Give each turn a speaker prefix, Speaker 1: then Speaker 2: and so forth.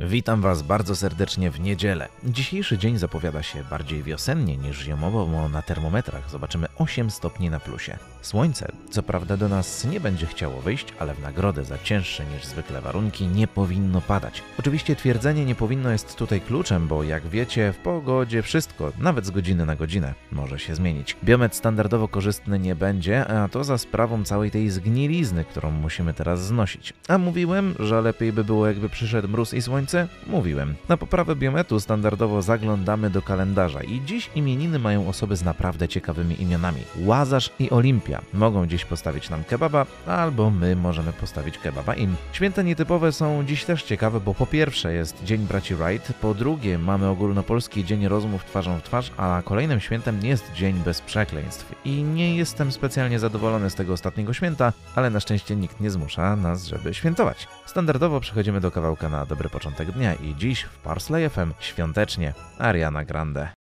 Speaker 1: Witam Was bardzo serdecznie w niedzielę. Dzisiejszy dzień zapowiada się bardziej wiosennie niż zimowo, bo na termometrach zobaczymy 8 stopni na plusie. Słońce, co prawda do nas nie będzie chciało wyjść, ale w nagrodę za cięższe niż zwykle warunki nie powinno padać. Oczywiście twierdzenie nie powinno jest tutaj kluczem, bo jak wiecie, w pogodzie wszystko, nawet z godziny na godzinę, może się zmienić. Biometr standardowo korzystny nie będzie, a to za sprawą całej tej zgnilizny, którą musimy teraz znosić. A mówiłem, że lepiej by było, jakby przyszedł mróz i słońce? Mówiłem. Na poprawę biometru standardowo zaglądamy do kalendarza i dziś imieniny mają osoby z naprawdę ciekawymi imionami. Łazarz i Olimpia mogą dziś postawić nam kebaba, albo my możemy postawić kebaba im. Święta nietypowe są dziś też ciekawe, bo po pierwsze jest Dzień Braci Wright, po drugie mamy ogólnopolski Dzień Rozmów Twarzą w Twarz, a kolejnym świętem jest Dzień Bez Przekleństw. I nie jestem specjalnie zadowolony z tego ostatniego święta, ale na szczęście nikt nie zmusza nas, żeby świętować. Standardowo przechodzimy do kawałka na dobry początek dnia i dziś w Parsley FM świątecznie Ariana Grande.